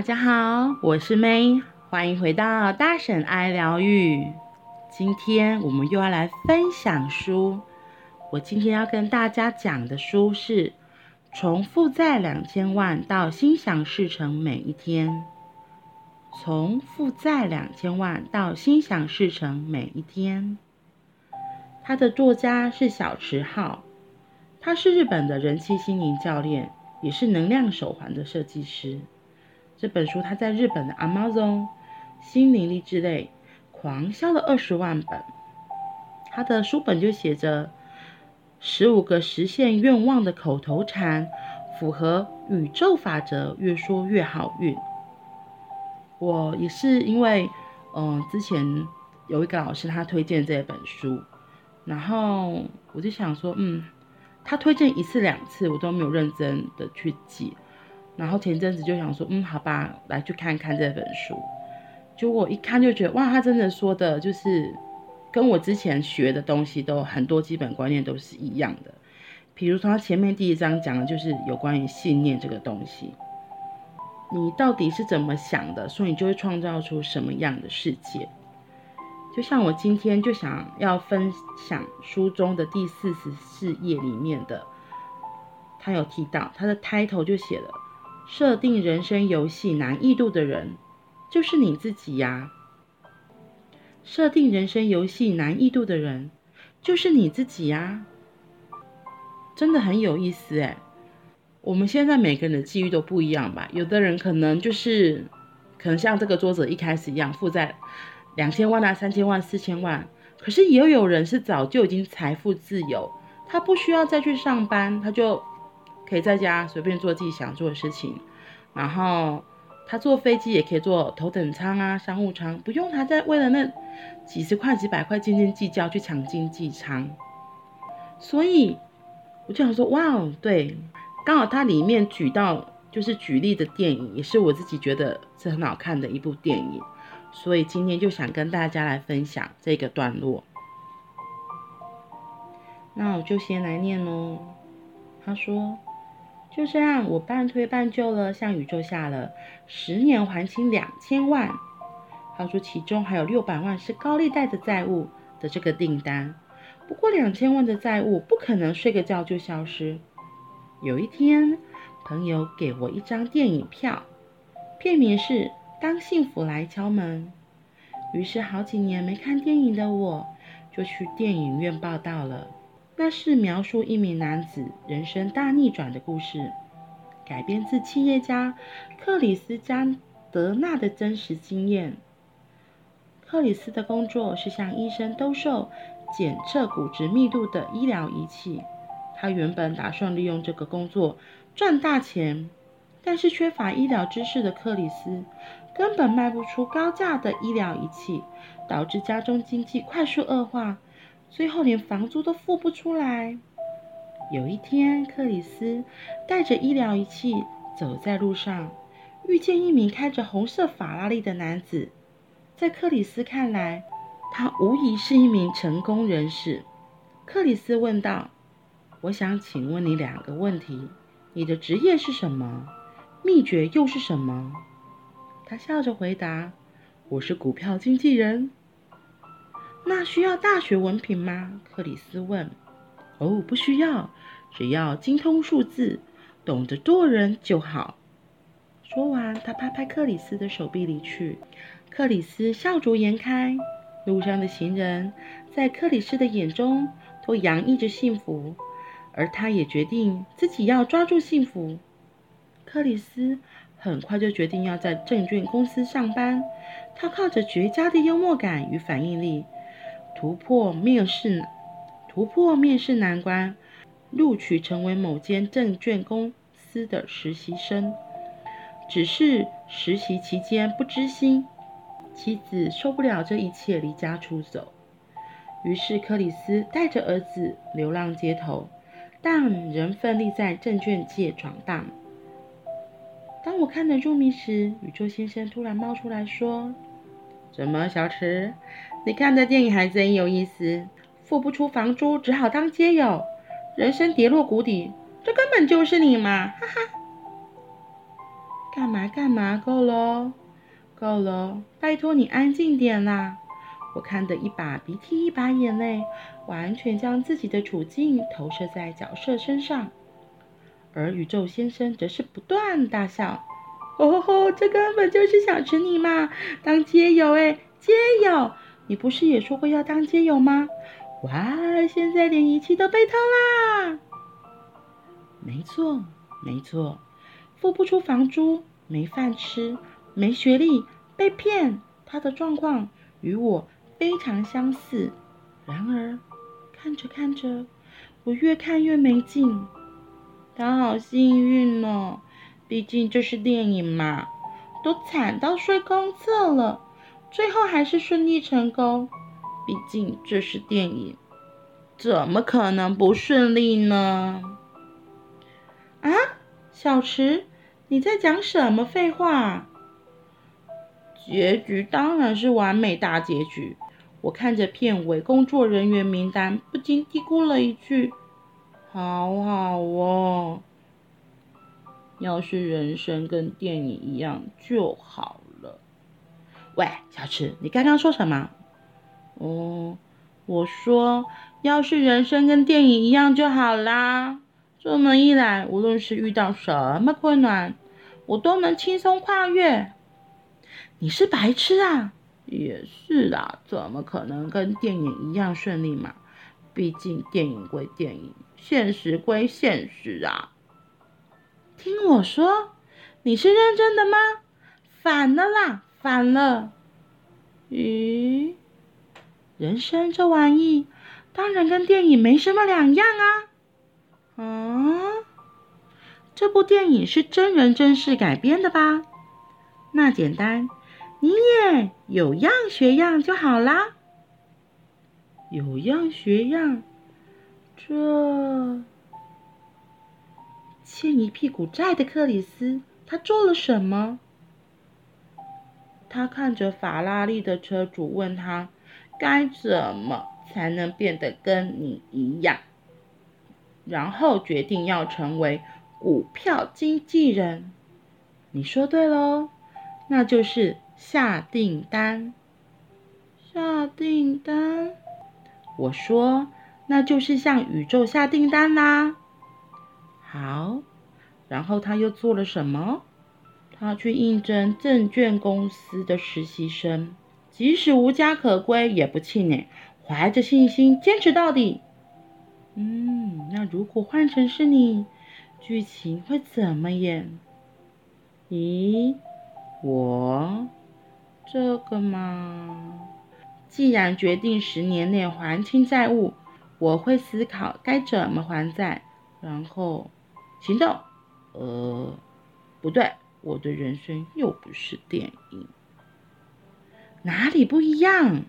家好，我是 May， 欢迎回到大婶爱疗愈。今天我们又要来分享书。我今天要跟大家讲的书是《从负债2000万到心想事成每一天》。从负债2000万到心想事成每一天。他的作家是小池浩，他是日本的人气心灵教练，也是能量手环的设计师。这本书他在日本的 Amazon 心灵励志类狂销了20万本。他的书本就写着15个实现愿望的口头禅，符合宇宙法则，越说越好运。我也是因为之前有一个老师他推荐这本书，然后我就想说他推荐1次2次我都没有认真的去记，然后前阵子就想说好吧，来去看看这本书。结果我一看就觉得哇，他真的说的就是跟我之前学的东西都很多基本观念都是一样的。比如说他前面第1章讲的就是有关于信念这个东西，你到底是怎么想的，所以你就会创造出什么样的世界。就像我今天就想要分享书中的第44页里面的，他有提到他的 title 就写了，设定人生游戏难易度的人就是你自己呀。设定人生游戏难易度的人就是你自己呀。真的很有意思耶。我们现在每个人的际遇都不一样吧，有的人可能像这个作者一开始一样，负债2000万啊、3000万、4000万，可是也有人是早就已经财富自由，他不需要再去上班，他就可以在家随便做自己想做的事情，然后他坐飞机也可以坐头等舱啊、商务舱，不用他再为了那几十块、几百块斤斤计较去抢经济舱。所以我就想说，哇，对，刚好他里面举例的电影，也是我自己觉得是很好看的一部电影，所以今天就想跟大家来分享这个段落。那我就先来念咯。他说，就这样我半推半就了，向宇宙下了10年还清2000万。他说其中还有600万是高利贷的债务的这个订单，不过2000万的债务不可能睡个觉就消失。有一天，朋友给我一张电影票，片名是当幸福来敲门。于是好几年没看电影的我就去电影院报到了。那是描述一名男子人生大逆转的故事，改编自企业家克里斯加德纳的真实经验。克里斯的工作是向医生兜售检测骨质密度的医疗仪器。他原本打算利用这个工作赚大钱，但是缺乏医疗知识的克里斯根本卖不出高价的医疗仪器，导致家中经济快速恶化，最后连房租都付不出来。有一天，克里斯带着医疗仪器走在路上，遇见一名开着红色法拉利的男子。在克里斯看来，他无疑是一名成功人士。克里斯问道，我想请问你2个问题，你的职业是什么？秘诀又是什么？他笑着回答，我是股票经纪人。那需要大学文凭吗？克里斯问。不需要，只要精通数字，懂得做人就好。说完，他拍拍克里斯的手臂离去。克里斯笑逐颜开，路上的行人在克里斯的眼中都洋溢着幸福，而他也决定自己要抓住幸福。克里斯很快就决定要在证券公司上班，他靠着绝佳的幽默感与反应力，突破面试难关，录取成为某间证券公司的实习生。只是实习期间不知心，妻子受不了这一切，离家出走。于是克里斯带着儿子流浪街头，但仍奋力在证券界闯荡。当我看得入迷时，宇宙先生突然冒出来说，怎么小池，你看的电影还真有意思，付不出房租只好当街友，人生跌落谷底，这根本就是你嘛，哈哈。 干嘛干嘛，够了哦，够了哦，拜托你安静点啦。我看得一把鼻涕一把眼泪，完全将自己的处境投射在角色身上。而宇宙先生则是不断大笑，哦吼，这根本就是小池你嘛，当街友哎，街友，你不是也说过要当街友吗？哇，现在连仪器都被偷啦！没错，没错，付不出房租，没饭吃，没学历，被骗，他的状况与我非常相似。然而，看着看着，我越看越没劲。他好幸运哦，毕竟这是电影嘛，都惨到睡公厕了，最后还是顺利成功。毕竟这是电影，怎么可能不顺利呢？啊，小池，你在讲什么废话？结局当然是完美大结局。我看着片尾工作人员名单，不禁嘀咕了一句：好好哦。要是人生跟电影一样就好了。喂，小池，你刚刚说什么？哦，我说，要是人生跟电影一样就好啦。这么一来，无论是遇到什么困难，我都能轻松跨越。你是白痴啊？也是啦，怎么可能跟电影一样顺利嘛？毕竟电影归电影，现实归现实啊。听我说，你是认真的吗？反了啦，反了！咦，人生这玩意，当然跟电影没什么两样啊！这部电影是真人真事改编的吧？那简单，你也有样学样就好啦。有样学样，这欠一屁股债的克里斯，他做了什么？他看着法拉利的车主，问他该怎么才能变得跟你一样，然后决定要成为股票经纪人。你说对咯，那就是下订单。下订单？我说，那就是向宇宙下订单啦。好，然后他又做了什么？他去应征证券公司的实习生，即使无家可归也不气馁，怀着信心坚持到底。那如果换成是你，剧情会怎么演？咦，我这个嘛，既然决定10年内还清债务，我会思考该怎么还债，然后行动。不对，我的人生又不是电影，哪里不一样？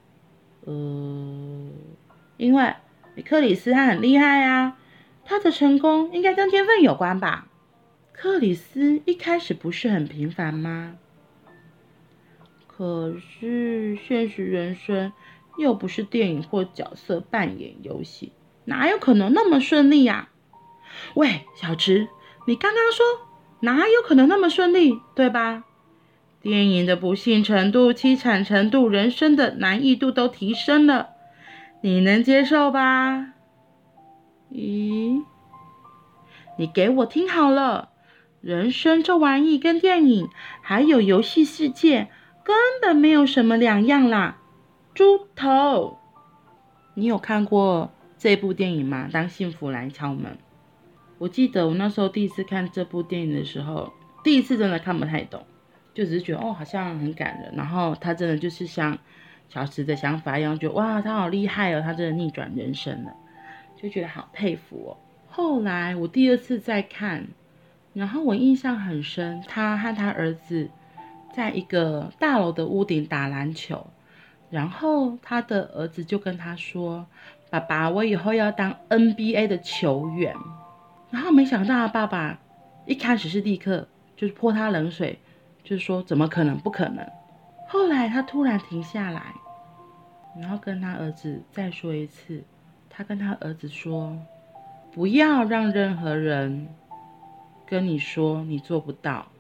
因为克里斯他很厉害啊，他的成功应该跟天分有关吧？克里斯一开始不是很平凡吗？可是现实人生又不是电影或角色扮演游戏，哪有可能那么顺利呀？喂，小池，你刚刚说哪有可能那么顺利，对吧？电影的不幸程度、凄惨程度、人生的难易度都提升了，你能接受吧？咦，你给我听好了，人生这玩意跟电影还有游戏世界根本没有什么两样啦，猪头！你有看过这部电影吗？当幸福来敲门。我记得我那时候第一次看这部电影的时候，第一次真的看不太懂，就只是觉得好像很感人，然后他真的就是像小池的想法一样，觉得哇他好厉害哦，他真的逆转人生了，就觉得好佩服哦。后来我第二次再看，然后我印象很深，他和他儿子在一个大楼的屋顶打篮球，然后他的儿子就跟他说：爸爸，我以后要当 NBA 的球员。然后没想到他爸爸一开始是立刻就是泼他冷水，就是说怎么可能，不可能。后来他突然停下来，然后跟他儿子再说一次，他跟他儿子说，不要让任何人跟你说你做不到，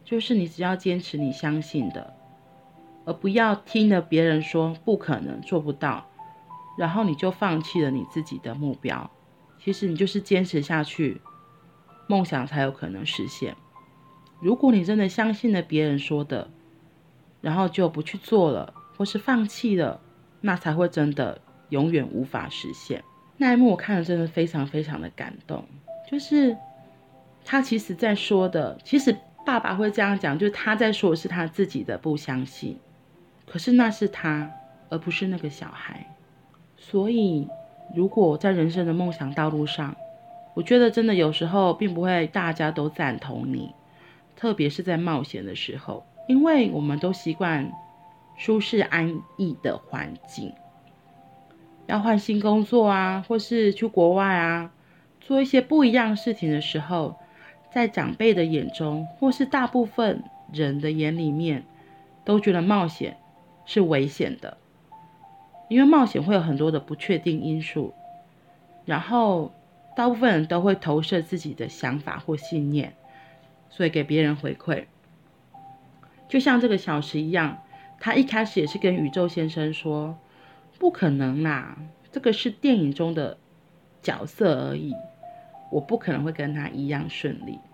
就是你只要坚持你相信的，而不要听了别人说不可能做不到，然后你就放弃了你自己的目标。其实你就是坚持下去，梦想才有可能实现。如果你真的相信了别人说的，然后就不去做了，或是放弃了，那才会真的永远无法实现。那一幕我看了真的非常非常的感动，就是他其实在说的，其实爸爸会这样讲，就是他在说的是他自己的不相信，可是那是他，而不是那个小孩。所以如果在人生的梦想道路上，我觉得真的有时候并不会大家都赞同你，特别是在冒险的时候，因为我们都习惯舒适安逸的环境，要换新工作啊，或是去国外啊，做一些不一样的事情的时候，在长辈的眼中，或是大部分人的眼里面，都觉得冒险是危险的，因为冒险会有很多的不确定因素，然后大部分人都会投射自己的想法或信念，所以给别人回馈。就像这个小石一样，他一开始也是跟宇宙先生说，不可能啦，这个是电影中的角色而已，我不可能会跟他一样顺利。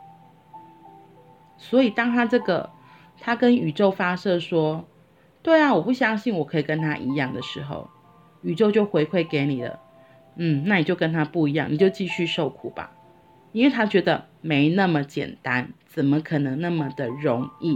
所以当他跟宇宙发射说，对啊，我不相信我可以跟他一样的时候，宇宙就回馈给你了，那你就跟他不一样，你就继续受苦吧。因为他觉得没那么简单，怎么可能那么的容易？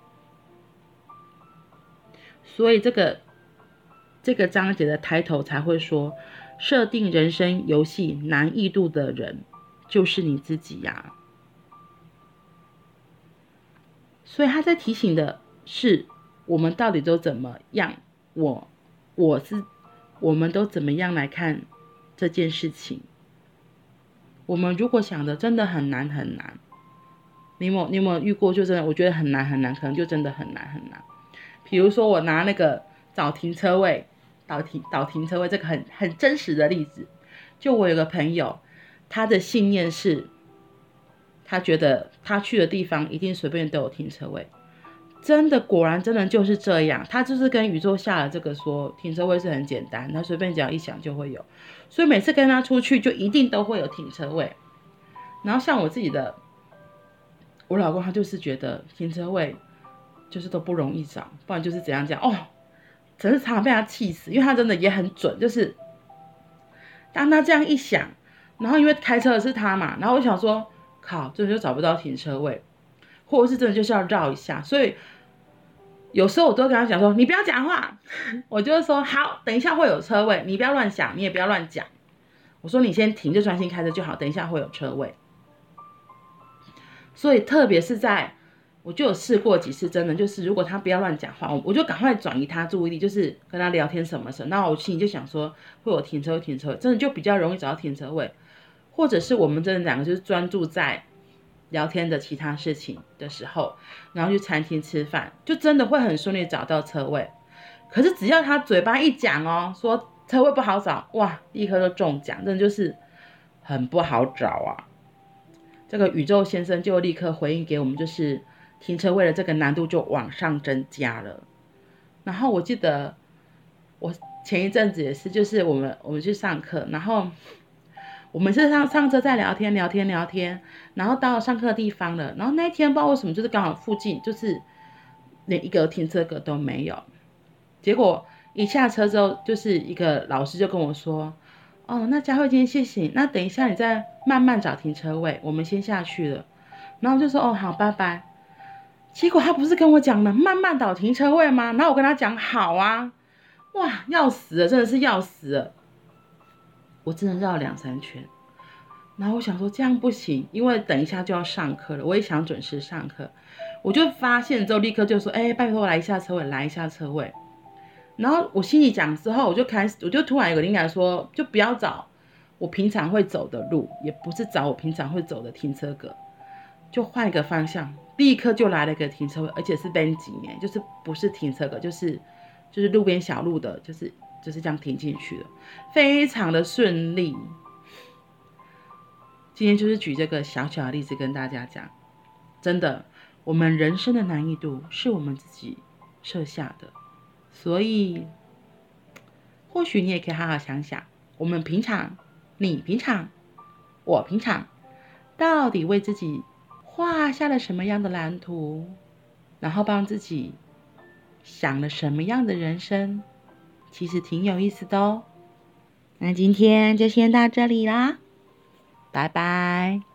所以这个章节的抬头才会说，设定人生游戏难易度的人就是你自己呀。所以他在提醒的是，我们到底都怎么样？我们都怎么样来看这件事情？我们如果想的真的很难很难，你有没有遇过？就真的我觉得很难很难，可能就真的很难很难。比如说我拿那个找停车位，导停车位这个很真实的例子，就我有个朋友，他的信念是，他觉得他去的地方一定随便都有停车位。真的，果然真的就是这样，他就是跟宇宙下了这个说，停车位是很简单，他随便只要一想就会有，所以每次跟他出去就一定都会有停车位。然后像我老公他就是觉得停车位就是都不容易找，不然就是怎样讲哦，真是常常被他气死，因为他真的也很准，就是当他这样一想，然后因为开车的是他嘛，然后我想说，靠，真的就找不到停车位，或者是真的就是要绕一下，所以有时候我都跟他讲说，你不要讲话，我就会说好，等一下会有车位，你不要乱想，你也不要乱讲。我说你先停，就专心开车就好，等一下会有车位。所以特别是我就有试过几次，真的就是如果他不要乱讲话，我就赶快转移他注意力，就是跟他聊天什么事。那我心里就想说，会有停车位，真的就比较容易找到停车位，或者是我们真的两个就是专注在聊天的其他事情的时候，然后去餐厅吃饭，就真的会很顺利找到车位。可是只要他嘴巴一讲哦，说车位不好找，哇，立刻就中奖，真的就是很不好找啊。这个宇宙先生就立刻回应给我们，就是停车位的这个难度就往上增加了。然后我记得我前一阵子也是，就是我们去上课，然后我们是上车在聊天，然后到了上课的地方了，然后那一天不知道为什么，就是刚好附近就是连一个停车格都没有。结果一下车之后，就是一个老师就跟我说，哦，那佳慧今天谢谢你，那等一下你再慢慢找停车位，我们先下去了。然后就说，哦，好，拜拜。结果他不是跟我讲了慢慢找停车位吗？然后我跟他讲好啊，哇，要死了，真的是要死了。我真的绕2-3圈，然后我想说这样不行，因为等一下就要上课了，我也想准时上课。我就发现之后立刻就说，拜托来一下车位，来一下车位。然后我心里讲之后，我就突然有个灵感说，就不要找我平常会走的路，也不是找我平常会走的停车格，就换一个方向，立刻就来了一个停车位，而且是边境耶，就是不是停车格，就是路边小路的，就是这样停进去的，非常的顺利。今天就是举这个小小的例子跟大家讲，真的， 我们人生的难易度是我们自己设下的，所以或许你也可以好好想想，你平常，我平常，到底为自己画下了什么样的蓝图，然后帮自己想了什么样的人生，其实挺有意思的哦。那今天就先到这里啦，拜拜。